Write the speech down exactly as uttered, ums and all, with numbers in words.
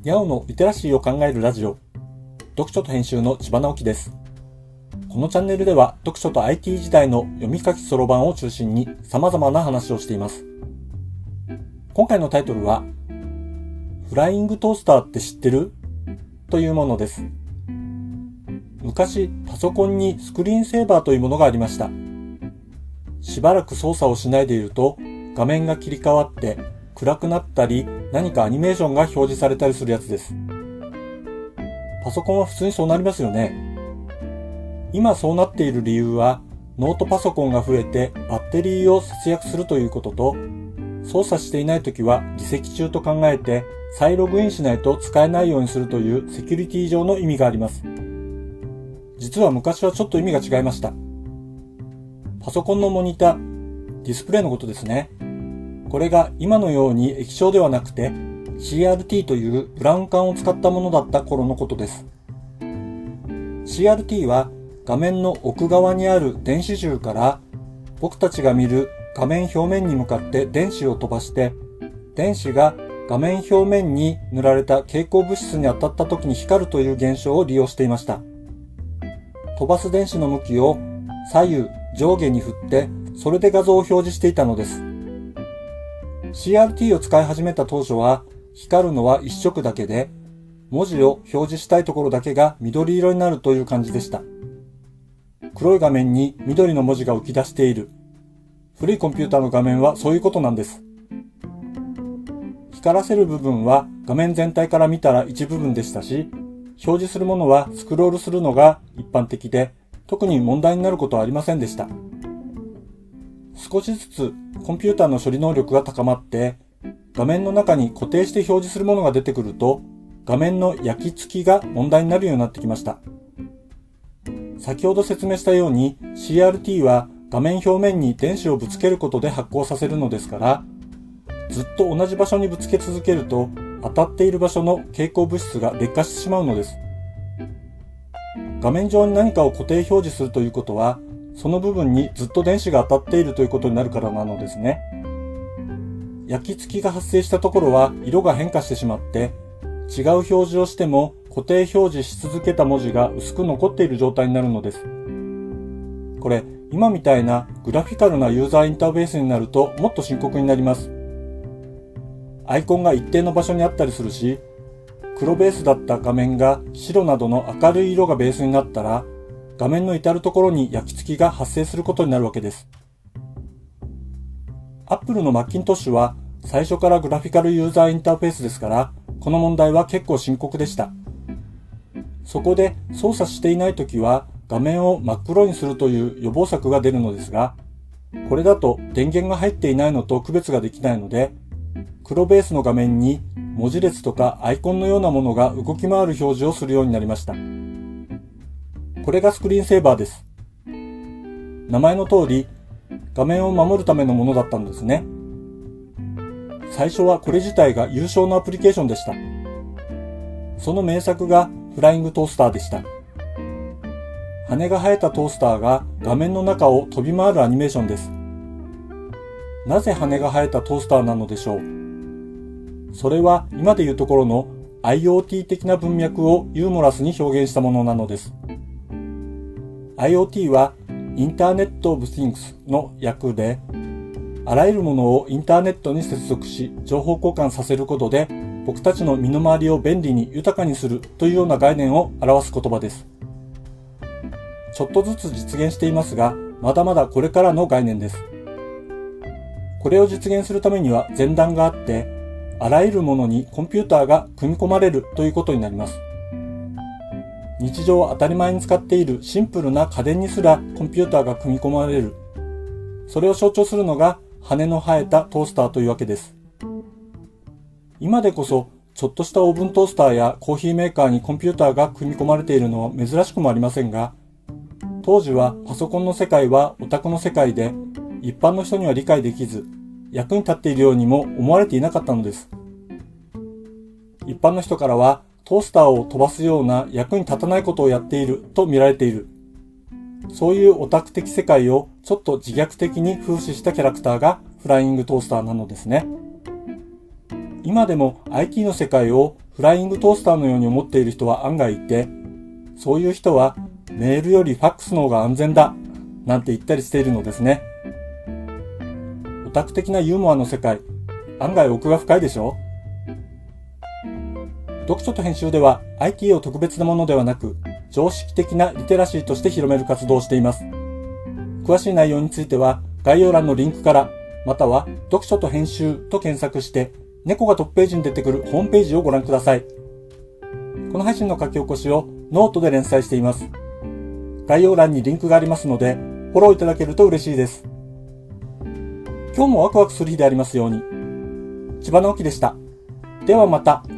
にゃおのリテラシーを考えるラジオ、読書と編集の千葉直樹です。このチャンネルでは読書と アイティー 時代の読み書きそろばんを中心に様々な話をしています。今回のタイトルは、フライングトースターって知ってる？というものです。昔、パソコンにスクリーンセーバーというものがありました。しばらく操作をしないでいると、画面が切り替わって暗くなったり、何かアニメーションが表示されたりするやつです。パソコンは普通にそうなりますよね。今そうなっている理由は、ノートパソコンが増えてバッテリーを節約するということと、操作していないときは離席中と考えて再ログインしないと使えないようにするというセキュリティ上の意味があります。実は昔はちょっと意味が違いました。パソコンのモニター、ディスプレイのことですね。これが今のように液晶ではなくて シーアールティー というブラウン管を使ったものだった頃のことです。シーアールティー は画面の奥側にある電子銃から僕たちが見る画面表面に向かって電子を飛ばして、電子が画面表面に塗られた蛍光物質に当たった時に光るという現象を利用していました。飛ばす電子の向きを左右上下に振って、それで画像を表示していたのです。シーアールティー を使い始めた当初は、光るのは一色だけで、文字を表示したいところだけが緑色になるという感じでした。黒い画面に緑の文字が浮き出している。古いコンピューターの画面はそういうことなんです。光らせる部分は画面全体から見たら一部分でしたし、表示するものはスクロールするのが一般的で、特に問題になることはありませんでした。少しずつコンピューターの処理能力が高まって、画面の中に固定して表示するものが出てくると、画面の焼き付きが問題になるようになってきました。先ほど説明したように シーアールティー は画面表面に電子をぶつけることで発光させるのですから、ずっと同じ場所にぶつけ続けると当たっている場所の蛍光物質が劣化してしまうのです。画面上に何かを固定表示するということは、その部分にずっと電子が当たっているということになるからなのですね。焼き付きが発生したところは色が変化してしまって、違う表示をしても固定表示し続けた文字が薄く残っている状態になるのです。これ、今みたいなグラフィカルなユーザーインターフェースになるともっと深刻になります。アイコンが一定の場所にあったりするし、黒ベースだった画面が白などの明るい色がベースになったら、画面の至るところに焼き付きが発生することになるわけです。Apple のマッキントッシュは最初からグラフィカルユーザーインターフェースですから、この問題は結構深刻でした。そこで操作していないときは画面を真っ黒にするという予防策が出るのですが、これだと電源が入っていないのと区別ができないので、黒ベースの画面に文字列とかアイコンのようなものが動き回る表示をするようになりました。これがスクリーンセーバーです。名前の通り、画面を守るためのものだったんですね。最初はこれ自体が優勝のアプリケーションでした。その名作がフライングトースターでした。羽が生えたトースターが画面の中を飛び回るアニメーションです。なぜ羽が生えたトースターなのでしょう。それは今でいうところの アイオーティー 的な文脈をユーモラスに表現したものなのです。アイオーティー はインターネット・オブ・シングスの訳で、あらゆるものをインターネットに接続し、情報交換させることで、僕たちの身の回りを便利に豊かにするというような概念を表す言葉です。ちょっとずつ実現していますが、まだまだこれからの概念です。これを実現するためには前段があって、あらゆるものにコンピューターが組み込まれるということになります。日常当たり前に使っているシンプルな家電にすらコンピューターが組み込まれる。それを象徴するのが羽の生えたトースターというわけです。今でこそちょっとしたオーブントースターやコーヒーメーカーにコンピューターが組み込まれているのは珍しくもありませんが、当時はパソコンの世界はオタクの世界で一般の人には理解できず、役に立っているようにも思われていなかったのです。一般の人からはトースターを飛ばすような役に立たないことをやっていると見られている。そういうオタク的世界をちょっと自虐的に風刺したキャラクターがフライングトースターなのですね。今でも アイティー の世界をフライングトースターのように思っている人は案外いて、そういう人はメールよりファックスの方が安全だなんて言ったりしているのですね。オタク的なユーモアの世界、案外奥が深いでしょ？読書と編集では アイティー を特別なものではなく、常識的なリテラシーとして広める活動をしています。詳しい内容については概要欄のリンクから、または読書と編集と検索して、猫がトップページに出てくるホームページをご覧ください。この配信の書き起こしをノートで連載しています。概要欄にリンクがありますので、フォローいただけると嬉しいです。今日もワクワクする日でありますように。千葉直樹でした。ではまた。